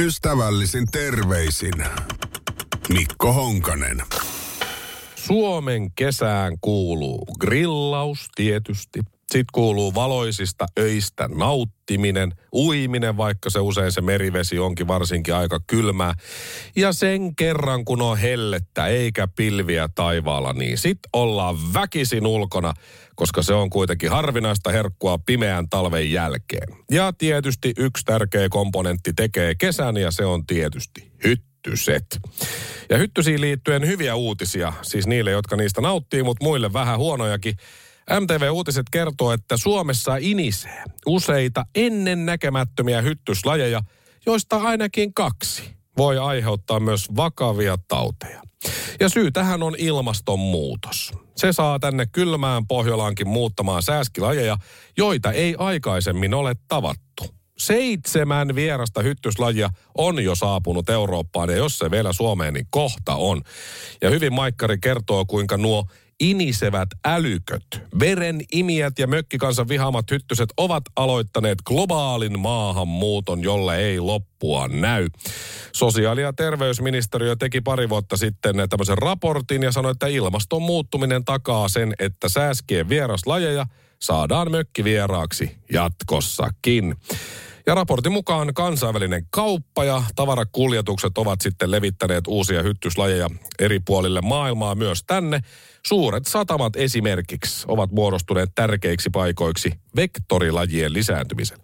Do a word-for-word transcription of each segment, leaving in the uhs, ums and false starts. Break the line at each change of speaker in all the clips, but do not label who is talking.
Ystävällisin terveisin Mikko Honkanen.
Suomen kesään kuuluu grillaus tietysti. Sitten kuuluu valoisista öistä nauttiminen, uiminen, vaikka se usein se merivesi onkin varsinkin aika kylmää. Ja sen kerran, kun on hellettä eikä pilviä taivaalla, niin sit ollaan väkisin ulkona, koska se on kuitenkin harvinaista herkkua pimeän talven jälkeen. Ja tietysti yksi tärkeä komponentti tekee kesän ja se on tietysti hyttyset. Ja hyttysiin liittyen hyviä uutisia, siis niille, jotka niistä nauttii, mutta muille vähän huonojakin. M T V-uutiset kertoo, että Suomessa inisee useita ennennäkemättömiä hyttyslajeja, joista ainakin kaksi voi aiheuttaa myös vakavia tauteja. Ja syy tähän on ilmastonmuutos. Se saa tänne kylmään Pohjolaankin muuttamaan sääskilajeja, joita ei aikaisemmin ole tavattu. Seitsemän vierasta hyttyslajia on jo saapunut Eurooppaan, ja jos se vielä Suomeen, niin kohta on. Ja hyvin Maikkari kertoo, kuinka nuo inisevät älyköt, verenimijät ja mökkikansan vihaamat hyttyset ovat aloittaneet globaalin maahanmuuton, jolle ei loppua näy. Sosiaali- ja terveysministeriö teki pari vuotta sitten tämmöisen raportin ja sanoi, että ilmaston muuttuminen takaa sen, että sääskien vieraslajeja saadaan mökkivieraaksi jatkossakin. Ja raportin mukaan kansainvälinen kauppa ja tavarakuljetukset ovat sitten levittäneet uusia hyttyslajeja eri puolille maailmaa myös tänne. Suuret satamat esimerkiksi ovat muodostuneet tärkeiksi paikoiksi vektorilajien lisääntymiselle.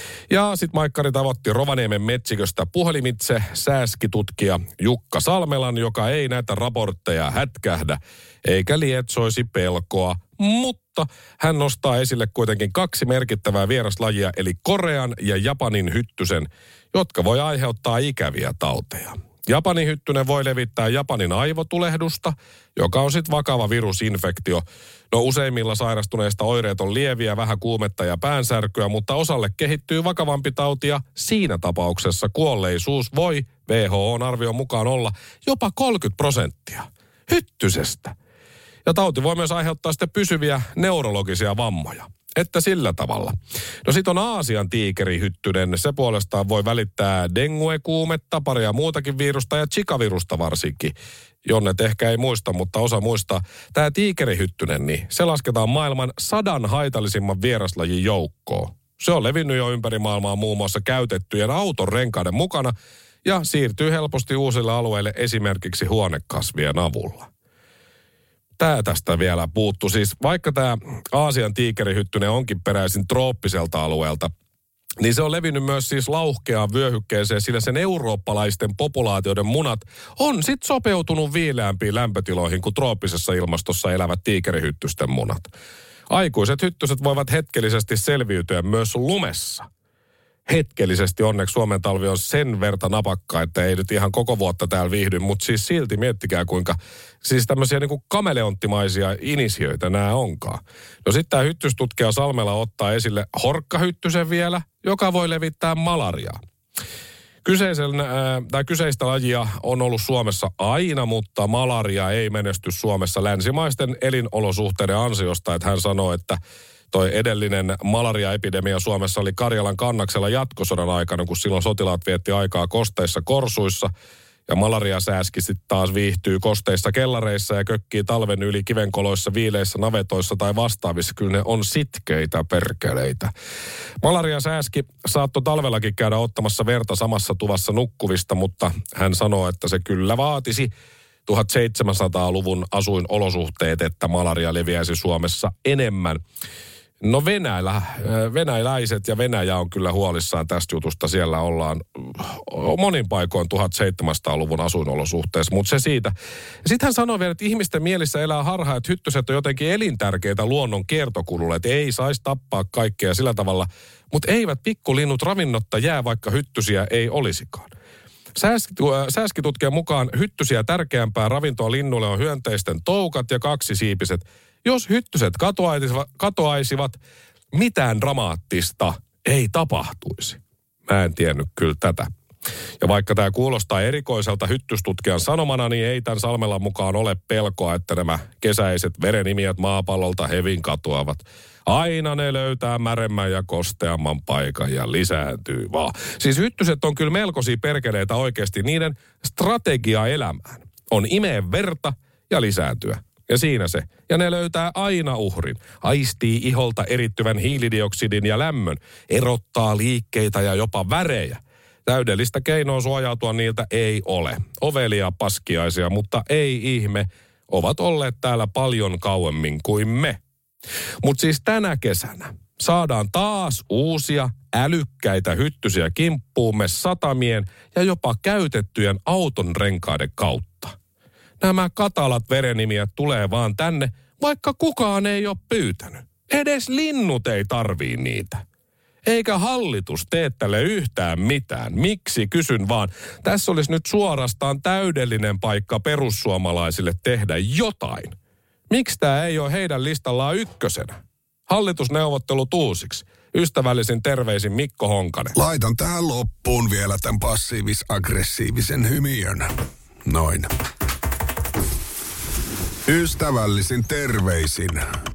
Ja sitten Maikkari tavoitti Rovaniemen metsiköstä puhelimitse sääskitutkija Jukka Salmelan, joka ei näitä raportteja hätkähdä eikä lietsoisi pelkoa, mutta hän nostaa esille kuitenkin kaksi merkittävää vieraslajia, eli Korean ja Japanin hyttysen, jotka voi aiheuttaa ikäviä tauteja. Japanin hyttynen voi levittää Japanin aivotulehdusta, joka on sitten vakava virusinfektio. No useimmilla sairastuneista oireet on lieviä, vähän kuumetta ja päänsärkyä, mutta osalle kehittyy vakavampi tauti ja siinä tapauksessa kuolleisuus voi W H O:n arvion mukaan olla jopa kolmekymmentä prosenttia hyttysestä. Ja tauti voi myös aiheuttaa sitten pysyviä neurologisia vammoja. Että sillä tavalla. No sit on Aasian tiikerihyttynen. Se puolestaan voi välittää dengue-kuumetta, paria muutakin virusta ja Zika-virusta varsinkin. Jonnet ehkä ei muista, mutta osa muistaa. Tämä tiikerihyttynen, niin se lasketaan maailman sadan haitallisimman vieraslajin joukkoon. Se on levinnyt jo ympäri maailmaa muun muassa käytettyjen auton renkaiden mukana ja siirtyy helposti uusille alueille esimerkiksi huonekasvien avulla. Tämä tästä vielä puuttu. Siis vaikka tämä Aasian tiikerihyttynen onkin peräisin trooppiselta alueelta, niin se on levinnyt myös siis lauhkeaan vyöhykkeeseen, sillä sen eurooppalaisten populaatioiden munat on sitten sopeutunut viileämpiin lämpötiloihin kuin trooppisessa ilmastossa elävät tiikerihyttysten munat. Aikuiset hyttyset voivat hetkellisesti selviytyä myös lumessa. Hetkellisesti onneksi Suomen talvi on sen verta napakka, että ei nyt ihan koko vuotta täällä viihdy, mutta siis silti miettikää kuinka, siis tämmöisiä niin kuin kameleonttimaisia inisiöitä nämä onkaan. No sitten tämä hyttystutkija Salmela ottaa esille horkkahyttysen vielä, joka voi levittää malariaa. Kyseisen, äh, tämä kyseistä lajia on ollut Suomessa aina, mutta malaria ei menesty Suomessa länsimaisten elinolosuhteiden ansiosta, että hän sanoo, että toi edellinen malaria-epidemia Suomessa oli Karjalan kannaksella jatkosodan aikana, kun silloin sotilaat vietti aikaa kosteissa korsuissa. Ja malariasääski sitten taas viihtyy kosteissa kellareissa ja kökkii talven yli kivenkoloissa, viileissä navetoissa tai vastaavissa. Kyllä ne on sitkeitä perkeleitä. Malariasääski saattoi talvellakin käydä ottamassa verta samassa tuvassa nukkuvista, mutta hän sanoo, että se kyllä vaatisi tuhatseitsemänsataaluvun asuinolosuhteet, että malaria leviäisi Suomessa enemmän. No Venäjä, venäläiset ja Venäjä on kyllä huolissaan tästä jutusta. Siellä ollaan monin paikoin tuhatseitsemänsataaluvun asuinolosuhteessa, mutta se siitä. Sitten hän sanoi vielä, että ihmisten mielissä elää harha, että hyttyset on jotenkin elintärkeitä luonnon kiertokululle, että ei saisi tappaa kaikkea sillä tavalla, mutta eivät pikkulinnut ravinnotta jää, vaikka hyttysiä ei olisikaan. Sääskitutkijan mukaan hyttysiä tärkeämpää ravintoa linnulle on hyönteisten toukat ja kaksisiipiset. Jos hyttyset katoaisivat, katoaisivat, mitään dramaattista ei tapahtuisi. Mä en tiennyt kyllä tätä. Ja vaikka tämä kuulostaa erikoiselta hyttystutkijan sanomana, niin ei tämän Salmelan mukaan ole pelkoa, että nämä kesäiset verenimijät maapallolta hevin katoavat. Aina ne löytää märemmän ja kosteamman paikan ja lisääntyy vaan. Siis hyttyset on kyllä melkoisia perkeleitä oikeasti. Niiden strategia elämään on imee verta ja lisääntyä. Ja siinä se. Ja ne löytää aina uhrin. Aistii iholta erittyvän hiilidioksidin ja lämmön. Erottaa liikkeitä ja jopa värejä. Täydellistä keinoa suojautua niiltä ei ole. Ovelia paskiaisia, mutta ei ihme. Ovat olleet täällä paljon kauemmin kuin me. Mutta siis tänä kesänä saadaan taas uusia älykkäitä hyttysiä kimppuumme satamien ja jopa käytettyjen auton renkaiden kautta. Nämä katalat verenimiät tulee vaan tänne, vaikka kukaan ei ole pyytänyt. Edes linnut ei tarvii niitä. Eikä hallitus tee tälle yhtään mitään. Miksi, kysyn vaan. Tässä olisi nyt suorastaan täydellinen paikka perussuomalaisille tehdä jotain. Miksi tämä ei ole heidän listallaan ykkösenä? Hallitusneuvottelut uusiksi. Ystävällisin terveisin Mikko Honkanen.
Laitan tähän loppuun vielä tämän passiivis-aggressiivisen hymiön. Noin. Ystävällisin terveisin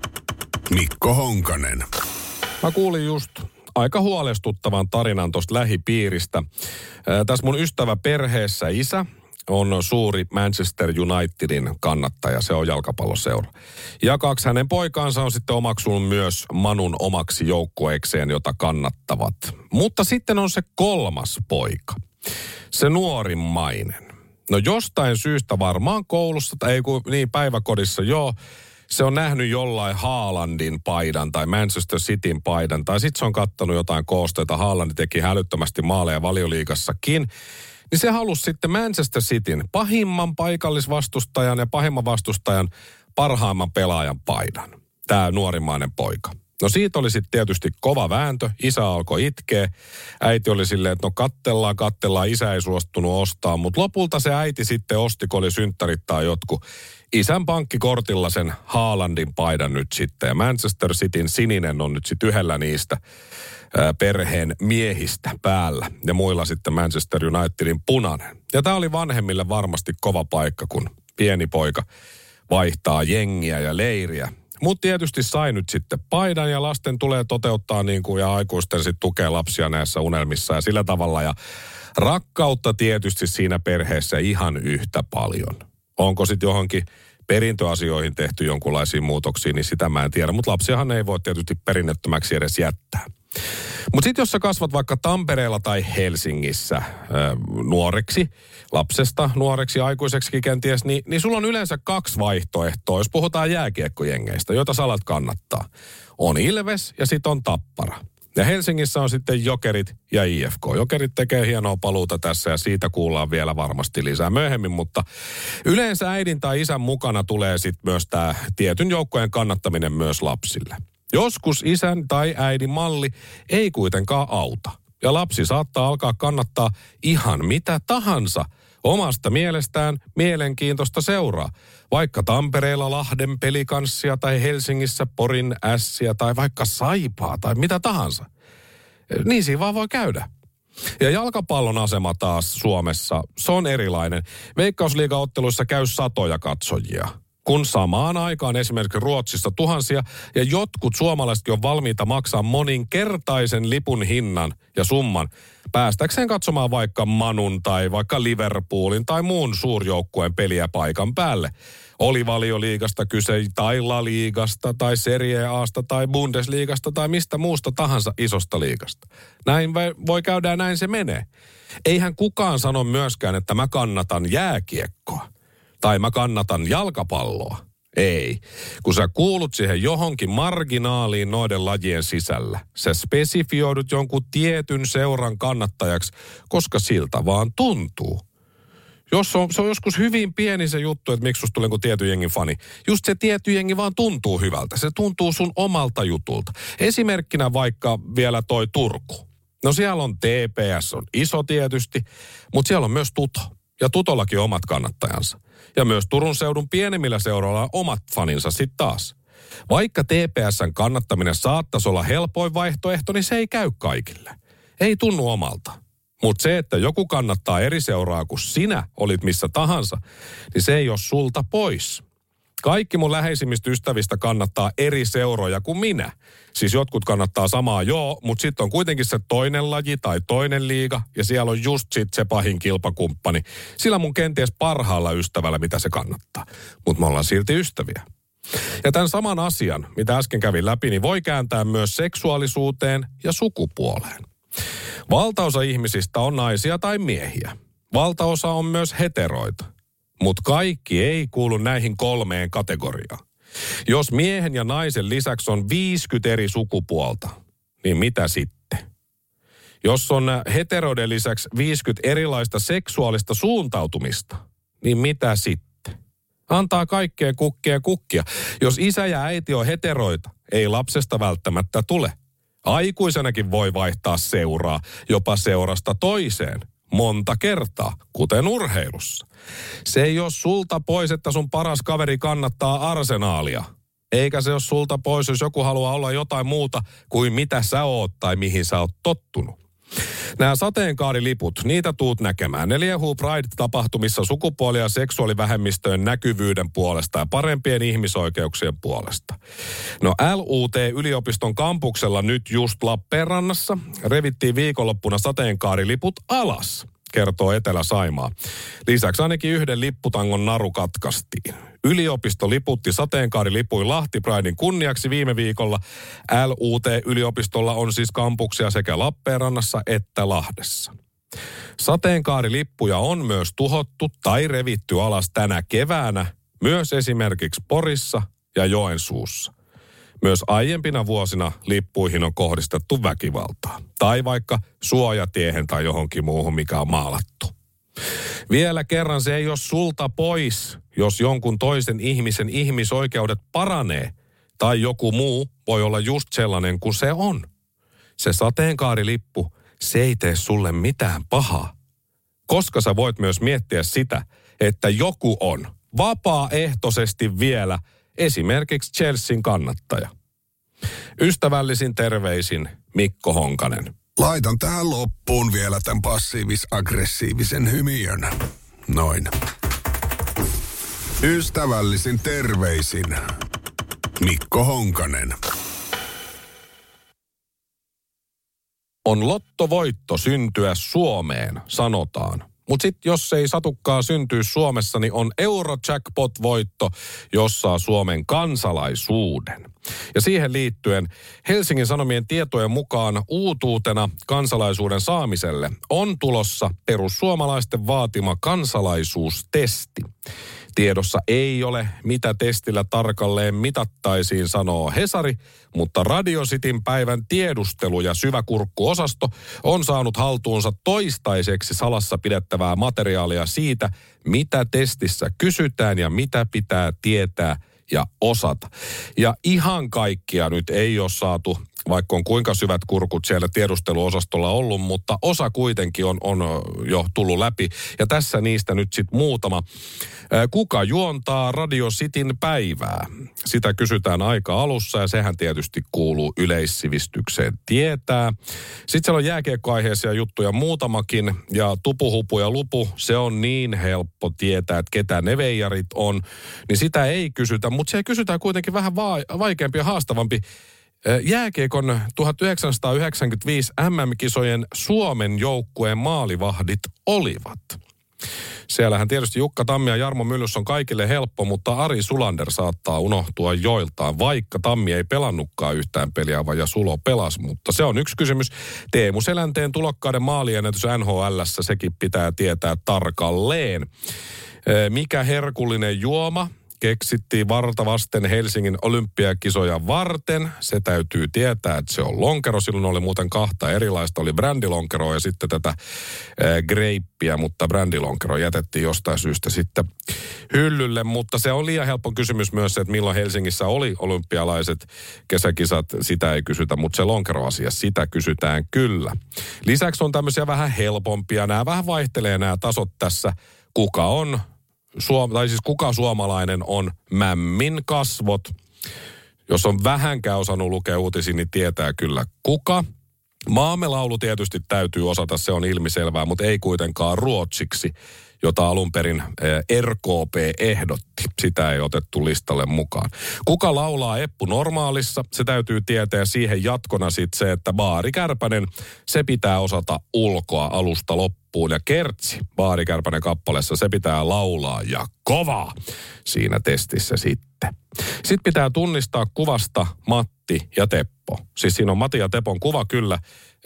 Mikko Honkanen.
Mä kuulin just aika huolestuttavan tarinan tuosta lähipiiristä. Ää, tässä mun ystävä perheessä isä on suuri Manchester Unitedin kannattaja. Se on jalkapalloseura. Ja kaksi hänen poikaansa on sitten omaksunut myös Manun omaksi joukkueekseen, jota kannattavat. Mutta sitten on se kolmas poika. Se nuorimmainen. No jostain syystä varmaan koulussa, tai ei kun niin päiväkodissa, joo, se on nähnyt jollain Haalandin paidan tai Manchester Cityn paidan, tai sitten se on kattonut jotain koosteita, Haalandi teki hälyttömästi maaleja Valioliigassakin, niin se halusi sitten Manchester Cityn pahimman paikallisvastustajan ja pahimman vastustajan parhaimman pelaajan paidan. Tämä nuorimmainen poika. No siitä oli sitten tietysti kova vääntö. Isä alkoi itkeä. Äiti oli silleen, että no kattellaan, kattellaan. Isä ei suostunut ostaa, mutta lopulta se äiti sitten osti, kun oli synttärit tai jotkut. Isän pankkikortilla sen Haalandin paidan nyt sitten. Ja Manchester Cityn sininen on nyt sitten yhdellä niistä ää, perheen miehistä päällä. Ja muilla sitten Manchester Unitedin punainen. Ja tämä oli vanhemmille varmasti kova paikka, kun pieni poika vaihtaa jengiä ja leiriä. Mutta tietysti sai nyt sitten paidan ja lasten tulee toteuttaa niin kuin ja aikuisten sitten tukea lapsia näissä unelmissa ja sillä tavalla. Ja rakkautta tietysti siinä perheessä ihan yhtä paljon. Onko sitten johonkin perintöasioihin tehty jonkunlaisia muutoksia, niin sitä mä en tiedä. Mutta lapsiahan ei voi tietysti perinnettömäksi edes jättää. Mutta sitten jos sä kasvat vaikka Tampereella tai Helsingissä äh, nuoreksi, lapsesta nuoreksi, aikuiseksikin kenties, niin, niin sulla on yleensä kaksi vaihtoehtoa, jos puhutaan jääkiekkojengeistä, joita sä alat kannattaa. On Ilves ja sitten on Tappara. Ja Helsingissä on sitten Jokerit ja I F K. Jokerit tekee hienoa paluuta tässä ja siitä kuullaan vielä varmasti lisää myöhemmin, mutta yleensä äidin tai isän mukana tulee sitten myös tämä tietyn joukkojen kannattaminen myös lapsille. Joskus isän tai äidin malli ei kuitenkaan auta. Ja lapsi saattaa alkaa kannattaa ihan mitä tahansa omasta mielestään mielenkiintoista seuraa. Vaikka Tampereella Lahden Pelikanssia tai Helsingissä Porin Ässiä tai vaikka Saipaa tai mitä tahansa. Niin siinä vaan voi käydä. Ja jalkapallon asema taas Suomessa, se on erilainen. Veikkausliigaotteluissa käy satoja katsojia. Kun samaan aikaan esimerkiksi Ruotsissa tuhansia ja jotkut suomalaisetkin on valmiita maksaa moninkertaisen lipun hinnan ja summan päästäkseen katsomaan vaikka Manun tai vaikka Liverpoolin tai muun suurjoukkueen peliä paikan päälle. Oli Valioliigasta kyse tai La Liigasta tai Serie A:sta tai Bundesliigasta tai mistä muusta tahansa isosta liigasta. Näin voi käydä ja näin se menee. Eihän kukaan sano myöskään, että mä kannatan jääkiekkoa. Tai mä kannatan jalkapalloa. Ei. Kun sä kuulut siihen johonkin marginaaliin noiden lajien sisällä, sä spesifioidut jonkun tietyn seuran kannattajaksi, koska siltä vaan tuntuu. Jos on, se on joskus hyvin pieni se juttu, että miksi susta tulee jonkun tietyn jengin fani. Just se tietty jengi vaan tuntuu hyvältä. Se tuntuu sun omalta jutulta. Esimerkkinä vaikka vielä toi Turku. No siellä on T P S, on iso tietysti, mutta siellä on myös Tuto. Ja Tutollakin on omat kannattajansa. Ja myös Turun seudun pienemmillä seuroilla on omat faninsa sitten taas. Vaikka T P S:n kannattaminen saattaisi olla helpoin vaihtoehto, niin se ei käy kaikille. Ei tunnu omalta. Mutta se, että joku kannattaa eri seuraa kuin sinä olit missä tahansa, niin se ei ole sulta pois. Kaikki mun läheisimmistä ystävistä kannattaa eri seuroja kuin minä. Siis jotkut kannattaa samaa, joo, mutta sitten on kuitenkin se toinen laji tai toinen liiga, ja siellä on just sit se pahin kilpakumppani. Sillä mun kenties parhaalla ystävällä, mitä se kannattaa. Mutta me ollaan silti ystäviä. Ja tämän saman asian, mitä äsken kävin läpi, niin voi kääntää myös seksuaalisuuteen ja sukupuoleen. Valtaosa ihmisistä on naisia tai miehiä. Valtaosa on myös heteroita. Mutta kaikki ei kuulu näihin kolmeen kategoriaan. Jos miehen ja naisen lisäksi on viisikymmentä eri sukupuolta, niin mitä sitten? Jos on heteroiden lisäksi viisikymmentä erilaista seksuaalista suuntautumista, niin mitä sitten? Antaa kaikkea kukkia kukkia. Jos isä ja äiti on heteroita, ei lapsesta välttämättä tule. Aikuisenakin voi vaihtaa seuraa, jopa seurasta toiseen. Monta kertaa, kuten urheilussa. Se ei ole sulta pois, että sun paras kaveri kannattaa Arsenaalia. Eikä se ole sulta pois, jos joku haluaa olla jotain muuta kuin mitä sä oot tai mihin sä oot tottunut. Nämä sateenkaariliput, niitä tuut näkemään. Ne liehuu Pride-tapahtumissa sukupuoli- ja seksuaalivähemmistöjen näkyvyyden puolesta ja parempien ihmisoikeuksien puolesta. No L U T-yliopiston kampuksella nyt just Lappeenrannassa revittiin viikonloppuna sateenkaariliput alas, kertoo Etelä-Saimaa. Lisäksi ainakin yhden lipputangon naru katkaistiin. Yliopisto liputti sateenkaarilipuin Lahti Pridein kunniaksi viime viikolla. L U T-yliopistolla on siis kampuksia sekä Lappeenrannassa että Lahdessa. Sateenkaarilippuja on myös tuhottu tai revitty alas tänä keväänä, myös esimerkiksi Porissa ja Joensuussa. Myös aiempina vuosina lippuihin on kohdistettu väkivaltaa. Tai vaikka suojatiehen tai johonkin muuhun, mikä on maalattu. Vielä kerran se ei ole sulta pois, jos jonkun toisen ihmisen ihmisoikeudet paranee. Tai joku muu voi olla just sellainen kuin se on. Se sateenkaarilippu, se ei tee sulle mitään pahaa. Koska sä voit myös miettiä sitä, että joku on vapaaehtoisesti vielä esimerkiksi Chelsean kannattaja. Ystävällisin terveisin Mikko Honkanen.
Laitan tähän loppuun vielä tämän passiivis-aggressiivisen hymiön. Noin. Ystävällisin terveisin Mikko Honkanen.
On lottovoitto syntyä Suomeen, sanotaan. Mutta sitten jos ei satukaan syntyä Suomessa, niin on Eurojackpot-voitto, jossa saa Suomen kansalaisuuden. Ja siihen liittyen Helsingin Sanomien tietojen mukaan uutuutena kansalaisuuden saamiselle on tulossa perussuomalaisten vaatima kansalaisuustesti. Tiedossa ei ole, mitä testillä tarkalleen mitattaisiin, sanoo Hesari, mutta Radio Cityn päivän tiedustelu- ja syväkurkkuosasto on saanut haltuunsa toistaiseksi salassa pidettävää materiaalia siitä, mitä testissä kysytään ja mitä pitää tietää ja osata. Ja ihan kaikkia nyt ei ole saatu, vaikka on kuinka syvät kurkut siellä tiedusteluosastolla ollut, mutta osa kuitenkin on, on jo tullut läpi. Ja tässä niistä nyt sitten muutama. Kuka juontaa Radio Cityn päivää? Sitä kysytään aika alussa ja sehän tietysti kuuluu yleissivistykseen tietää. Sitten siellä on jääkiekkoaiheisia juttuja muutamakin ja tupuhupu ja lupu, se on niin helppo tietää, että ketä ne veijarit on. Niin sitä ei kysytä, mutta se kysytään kuitenkin vähän va- vaikeampi ja haastavampi. Jääkiekon tuhatyhdeksänsataayhdeksänkymmentäviisi M M-kisojen Suomen joukkueen maalivahdit olivat. Siellähän tietysti Jukka Tammi ja Jarmo Myllys on kaikille helppo, mutta Ari Sulander saattaa unohtua joiltaan, vaikka Tammi ei pelannutkaan yhtään peliä, vaan ja Sulo pelasi. Mutta se on yksi kysymys. Teemu Selänteen tulokkaiden maaliennätys N H L:ssä, sekin pitää tietää tarkalleen. Mikä herkullinen juoma keksittiin varta vasten Helsingin olympiakisoja varten? Se täytyy tietää, että se on lonkero. Silloin oli muuten kahta erilaista. Oli brändilonkeroa ja sitten tätä äh, greippiä, mutta brändilonkero jätettiin jostain syystä sitten hyllylle. Mutta se on liian helppo kysymys myös se, että milloin Helsingissä oli olympialaiset kesäkisat. Sitä ei kysytä, mutta se lonkeroasia, sitä kysytään kyllä. Lisäksi on tämmöisiä vähän helpompia. Nämä vähän vaihtelee nämä tasot tässä. Kuka on Suom- tai siis kuka suomalainen on mämmin kasvot? Jos on vähänkään osannut lukea uutisia, niin tietää kyllä kuka. Maamme laulu tietysti täytyy osata, se on ilmiselvää, mutta ei kuitenkaan ruotsiksi. jota alun perin R K P ehdotti. Sitä ei otettu listalle mukaan. Kuka laulaa Eppu Normaalissa? Se täytyy tietää ja siihen jatkona sitten se, että Baari Kärpänen, se pitää osata ulkoa alusta loppuun. Ja Kertsi Baari Kärpänen kappaleessa, se pitää laulaa ja kovaa siinä testissä sitten. Sitten pitää tunnistaa kuvasta Matti ja Teppo. Siis siinä on Matti ja Tepon kuva kyllä.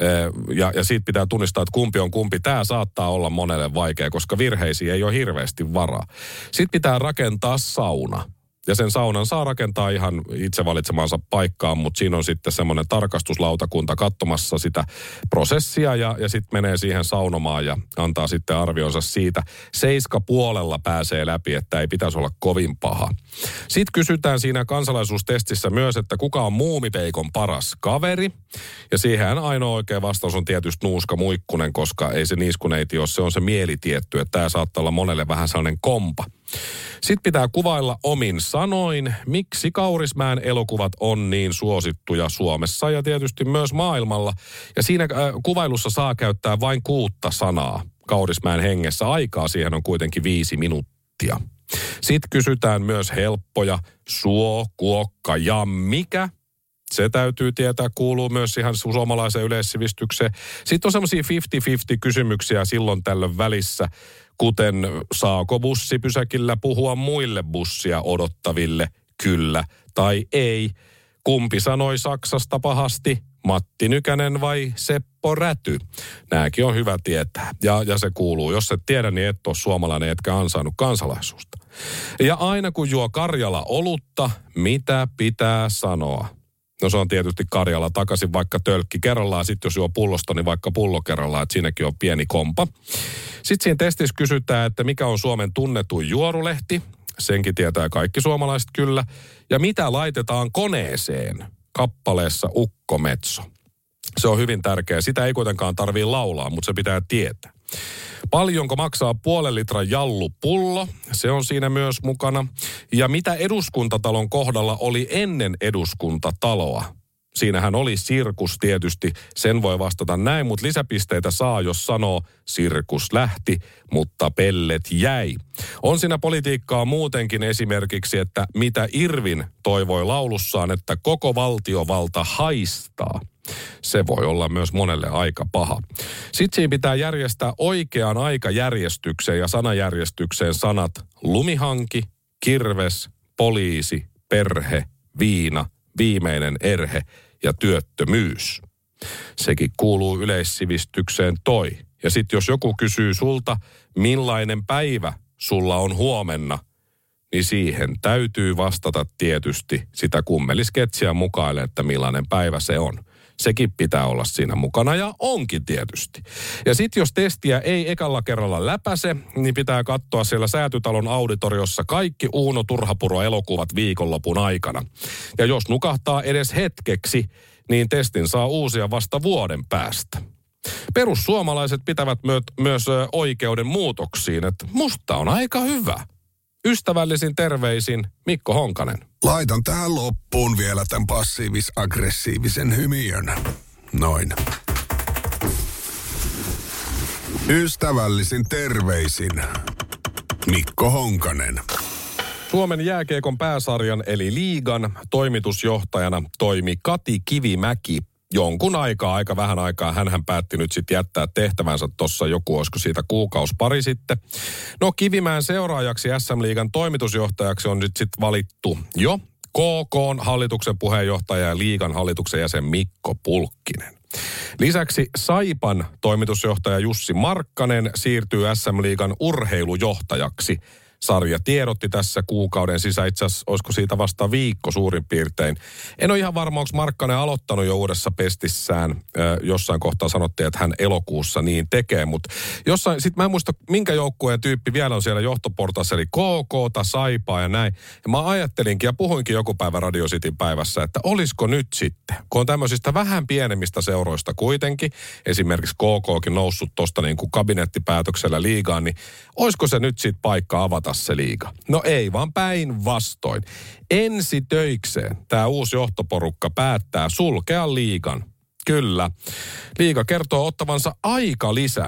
Ja, ja siitä pitää tunnistaa, että kumpi on kumpi. Tämä saattaa olla monelle vaikea, koska virheisiin ei ole hirveästi varaa. Sitten pitää rakentaa sauna. Ja sen saunan saa rakentaa ihan itse valitsemansa paikkaan, mutta siinä on sitten semmoinen tarkastuslautakunta katsomassa sitä prosessia ja, ja sitten menee siihen saunomaan ja antaa sitten arvionsa siitä. Seiska puolella pääsee läpi, että ei pitäisi olla kovin paha. Sitten kysytään siinä kansalaisuustestissä myös, että kuka on Muumipeikon paras kaveri. Ja siihen ainoa oikea vastaus on tietysti Nuuska Muikkunen, koska ei se niiskuneiti ole, se on se mielitietty, että tämä saattaa olla monelle vähän sellainen kompa. Sitten pitää kuvailla omin sanoin, miksi Kaurismäen elokuvat on niin suosittuja Suomessa ja tietysti myös maailmalla. Ja siinä äh, kuvailussa saa käyttää vain kuutta sanaa Kaurismäen hengessä. Aikaa siihen on kuitenkin viisi minuuttia. Sitten kysytään myös helppoja suo, kuokka ja mikä. Se täytyy tietää, kuuluu myös ihan suomalaiseen yleissivistykseen. Sitten on semmoisia viisikymmentä viisikymmentä kysymyksiä silloin tällöin välissä, kuten saako bussipysäkillä puhua muille bussia odottaville, kyllä tai ei. Kumpi sanoi Saksasta pahasti, Matti Nykänen vai Seppo Räty? Nämäkin on hyvä tietää. Ja, ja se kuuluu, jos et tiedä, niin et ole suomalainen, etkä ansainnut kansalaisuutta. Ja aina kun juo Karjala olutta, mitä pitää sanoa? No se on tietysti Karjala takaisin vaikka tölkki kerrallaan, sitten jos juo pullosta, niin vaikka pullo kerrallaan, että siinäkin on pieni kompa. Sitten siinä testissä kysytään, että mikä on Suomen tunnetuin juorulehti. Senkin tietää kaikki suomalaiset kyllä. Ja mitä laitetaan koneeseen kappaleessa Ukkometso. Se on hyvin tärkeää. Sitä ei kuitenkaan tarvitse laulaa, mutta se pitää tietää. Paljonko maksaa puolen litran jallupullo? Se on siinä myös mukana. Ja mitä eduskuntatalon kohdalla oli ennen eduskuntataloa? Siinähän oli sirkus tietysti, sen voi vastata näin, mutta lisäpisteitä saa, jos sanoo sirkus lähti, mutta pellet jäi. On siinä politiikkaa muutenkin esimerkiksi, että mitä Irvin toivoi laulussaan, että koko valtiovalta haistaa. Se voi olla myös monelle aika paha. Sitten siinä pitää järjestää oikeaan aikajärjestykseen ja sanajärjestykseen sanat lumihanki, kirves, poliisi, perhe, viina, viimeinen erhe ja työttömyys. Sekin kuuluu yleissivistykseen toi. Ja sitten jos joku kysyy sulta, millainen päivä sulla on huomenna, niin siihen täytyy vastata tietysti sitä kummelisketsiä mukaille, että millainen päivä se on. Sekin pitää olla siinä mukana ja onkin tietysti. Ja sitten jos testiä ei ekalla kerralla läpäise, niin pitää katsoa siellä Säätytalon auditoriossa kaikki Uuno Turhapuro-elokuvat viikonlopun aikana. Ja jos nukahtaa edes hetkeksi, niin testin saa uusia vasta vuoden päästä. Perussuomalaiset pitävät myö- myös oikeuden muutoksiin, että musta on aika hyvä. Ystävällisin terveisin Mikko Honkanen.
Laitan tähän loppuun vielä tämän passiivis-aggressiivisen hymiön. Noin. Ystävällisin terveisin Mikko Honkanen.
Suomen jääkiekon pääsarjan eli liigan toimitusjohtajana toimi Kati Kivimäki. Jonkun aikaa, aika vähän aikaa, hänhän päätti nyt sitten jättää tehtävänsä tuossa joku, olisiko siitä kuukausi pari sitten. No Kivimäen seuraajaksi S M-liigan toimitusjohtajaksi on nyt sitten valittu jo K K:n hallituksen puheenjohtaja ja liigan hallituksen jäsen Mikko Pulkkinen. Lisäksi Saipan toimitusjohtaja Jussi Markkanen siirtyy S M-liigan urheilujohtajaksi. Sarja tiedotti tässä kuukauden sisään, itse asiassa olisiko siitä vasta viikko suurin piirtein. En ole ihan varma, onko Markkanen aloittanut jo uudessa pestissään. Ö, jossain kohtaa sanottiin, että hän elokuussa niin tekee, mutta jossain, sit mä en muista minkä joukkueen tyyppi vielä on siellä johtoportaassa, eli K K:ta, Saipaa ja näin. Ja mä ajattelinkin ja puhuinkin joku päivä Radio Cityn päivässä, että olisiko nyt sitten, kun on tämmöisistä vähän pienemmistä seuroista kuitenkin, esimerkiksi K K:kin noussut tuosta niin kuin kabinettipäätöksellä liigaan, niin olisiko se nyt sitten paikka avata se liiga? No ei, vaan päinvastoin. Ensi töikseen tämä uusi johtoporukka päättää sulkea liigan. Kyllä. Liiga kertoo ottavansa aikalisän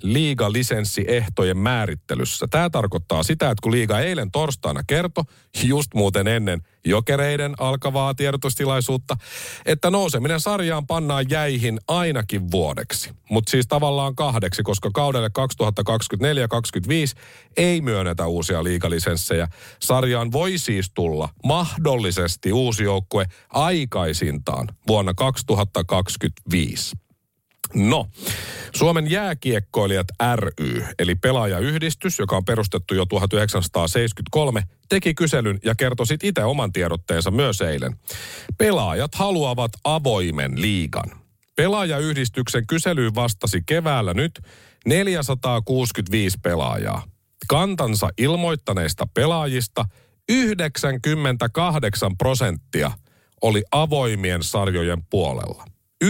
liigalisenssiehtojen määrittelyssä. Tämä tarkoittaa sitä, että kun liiga eilen torstaina kertoi, just muuten ennen Jokereiden alkavaa tiedotustilaisuutta, että nouseminen sarjaan pannaan jäihin ainakin vuodeksi. Mutta siis tavallaan kahdeksi, koska kaudelle kaksituhattakaksikymmentäneljä kaksikymmentäviisi ei myönnetä uusia liigalisenssejä. Sarjaan voi siis tulla mahdollisesti uusi joukkue aikaisintaan vuonna kaksituhattakaksikymmentäviisi. No, Suomen jääkiekkoilijat ry, eli pelaajayhdistys, joka on perustettu jo tuhatyhdeksänsataaseitsemänkymmentäkolme, teki kyselyn ja kertoi sit itse oman tiedotteensa myös eilen. Pelaajat haluavat avoimen liigan. Pelaajayhdistyksen kyselyyn vastasi keväällä nyt neljäsataakuusikymmentäviisi pelaajaa. Kantansa ilmoittaneista pelaajista yhdeksänkymmentäkahdeksan prosenttia oli avoimien sarjojen puolella.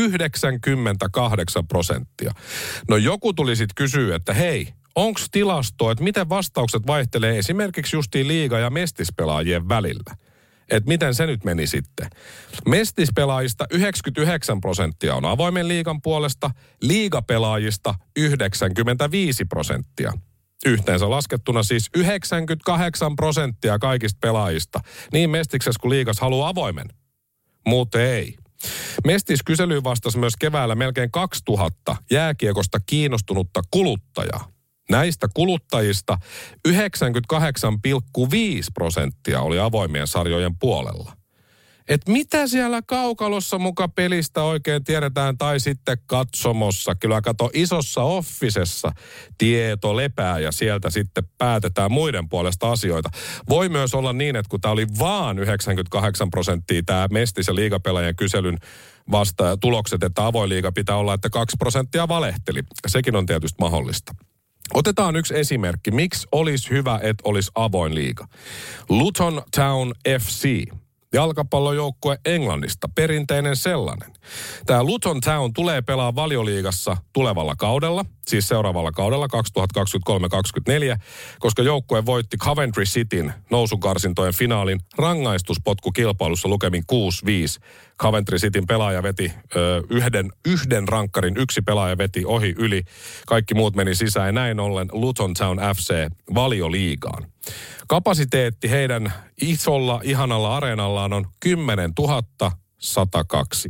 yhdeksänkymmentäkahdeksan prosenttia. No joku tuli sitten kysyä, että hei, onko tilastoa, että miten vastaukset vaihtelee esimerkiksi justiin liiga- ja mestispelaajien välillä? Että miten se nyt meni sitten? Mestispelaajista yhdeksänkymmentäyhdeksän prosenttia on avoimen liigan puolesta, liigapelaajista yhdeksänkymmentäviisi prosenttia. Yhteensä laskettuna siis yhdeksänkymmentäkahdeksan prosenttia kaikista pelaajista, niin mestiksessä kuin liigas haluaa avoimen. Muuten ei. Mestis-kyselyyn vastasi myös keväällä melkein kaksituhatta jääkiekosta kiinnostunutta kuluttajaa. Näistä kuluttajista yhdeksänkymmentäkahdeksan pilkku viisi prosenttia oli avoimien sarjojen puolella. Et mitä siellä kaukalossa muka pelistä oikein tiedetään tai sitten katsomossa. Kyllä kato isossa offisessa tieto lepää ja sieltä sitten päätetään muiden puolesta asioita. Voi myös olla niin, että kun tämä oli vaan yhdeksänkymmentäkahdeksan prosenttia tämä Mestis- ja liigapelaajien kyselyn vasta tulokset, että avoin liiga pitää olla, että kaksi prosenttia valehteli. Sekin on tietysti mahdollista. Otetaan yksi esimerkki. Miksi olisi hyvä, että olisi avoin liiga? Luton Town F C. Jalkapallojoukkue Englannista, perinteinen sellainen. Tämä Luton Town tulee pelaa Valioliigassa tulevalla kaudella, siis seuraavalla kaudella kaksituhattakaksikymmentäkolme kaksikymmentäneljä, koska joukkue voitti Coventry Cityn nousukarsintojen finaalin rangaistuspotkukilpailussa lukemin kuusi viisi. Coventry Cityn pelaaja veti ö, yhden, yhden rankkarin, yksi pelaaja veti ohi yli, kaikki muut meni sisään ja näin ollen Luton Town F C Valioliigaan. Kapasiteetti heidän isolla, ihanalla areenallaan on kymmenentuhatta sata kaksi.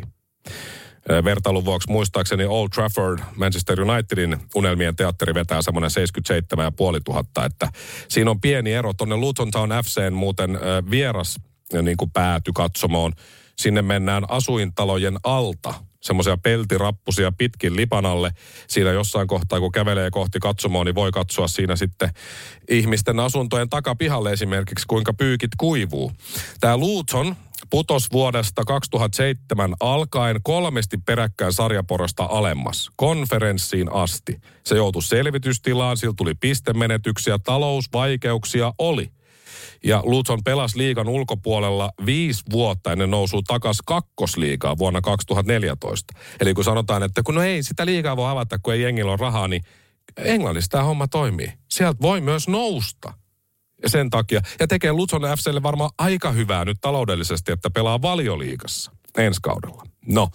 Vertailun vuoksi muistaakseni Old Trafford, Manchester Unitedin unelmien teatteri vetää semmoinen seitsemänkymmentäseitsemän tuhatta viisisataa, että siinä on pieni ero. Tuonne Luton Town F C:n muuten vieras niin kuin pääty katsomoon. Sinne mennään asuintalojen alta, semmoisia peltirappusia pitkin lipan alle. Siinä jossain kohtaa, kun kävelee kohti katsomoa, niin voi katsoa siinä sitten ihmisten asuntojen takapihalle esimerkiksi, kuinka pyykit kuivuu. Tämä Luton putosi vuodesta kaksituhattaseitsemän alkaen kolmesti peräkkäin sarjaporosta alemmas, konferenssiin asti. Se joutui selvitystilaan, sillä tuli pistemenetyksiä, talousvaikeuksia oli. Ja Luton pelasi liigan ulkopuolella viisi vuotta ennen nousua takaisin kakkosliigaa vuonna kaksituhattaneljätoista. Eli kun sanotaan, että kun no ei sitä liigaa voi avata, kun ei jengillä ole rahaa, niin Englannissa tämä homma toimii. Sieltä voi myös nousta. Ja sen takia, ja tekee Luton F C:lle varmaan aika hyvää nyt taloudellisesti, että pelaa Valioliigassa ensi kaudella. No,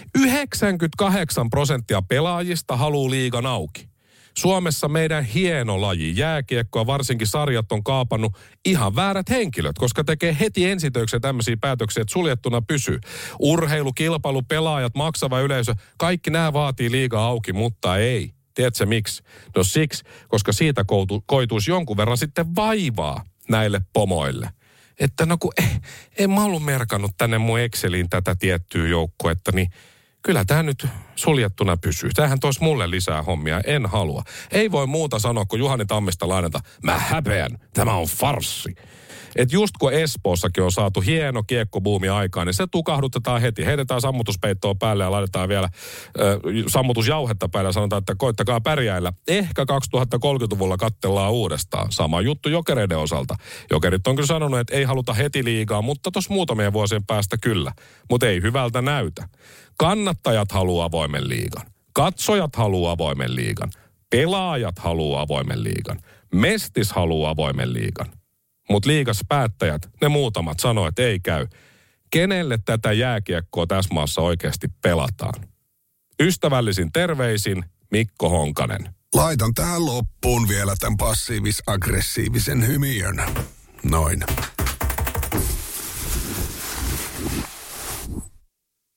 yhdeksänkymmentäkahdeksan prosenttia pelaajista haluaa liigan auki. Suomessa meidän hieno laji, jääkiekkoa, varsinkin sarjat on kaapannut ihan väärät henkilöt, koska tekee heti ensitöikseen tämmöisiä päätöksiä, että suljettuna pysyy. Urheilu, kilpailu, pelaajat, maksava yleisö, kaikki nämä vaatii liigaa auki, mutta ei. Tiedätkö miksi? No siksi, koska siitä koituisi jonkun verran sitten vaivaa näille pomoille. Että no kun eh, en mä ollut merkannut tänne mun Exceliin tätä tiettyä joukkuetta, niin kyllä tämä nyt suljettuna pysyy. Tämähän toisi mulle lisää hommia, en halua. Ei voi muuta sanoa, kun Juhani Tammista lainata, mä häpeän, tämä on farssi. Että just kun Espoossakin on saatu hieno kiekkobuumi aikaan, niin se tukahdutetaan heti. Heitetään sammutuspeittoa päälle ja laitetaan vielä ö, sammutusjauhetta päälle ja sanotaan, että koittakaa pärjäillä. Ehkä kaksituhattakolmekymmentäluvulla katsellaan uudestaan. Sama juttu Jokereiden osalta. Jokerit on kyllä sanonut, että ei haluta heti liigaa, mutta tuossa muutamien vuosien päästä kyllä. Mutta ei hyvältä näytä. Kannattajat haluaa avoimen liigan. Katsojat haluaa avoimen liigan. Pelaajat haluaa avoimen liigan. Mestis haluaa avoimen liigan. Mutta liigas päättäjät, ne muutamat sanoo, että ei käy. Kenelle tätä jääkiekkoa tässä maassa oikeasti pelataan? Ystävällisin terveisin Mikko Honkanen.
Laitan tähän loppuun vielä tämän passiivis-aggressiivisen hymiön. Noin.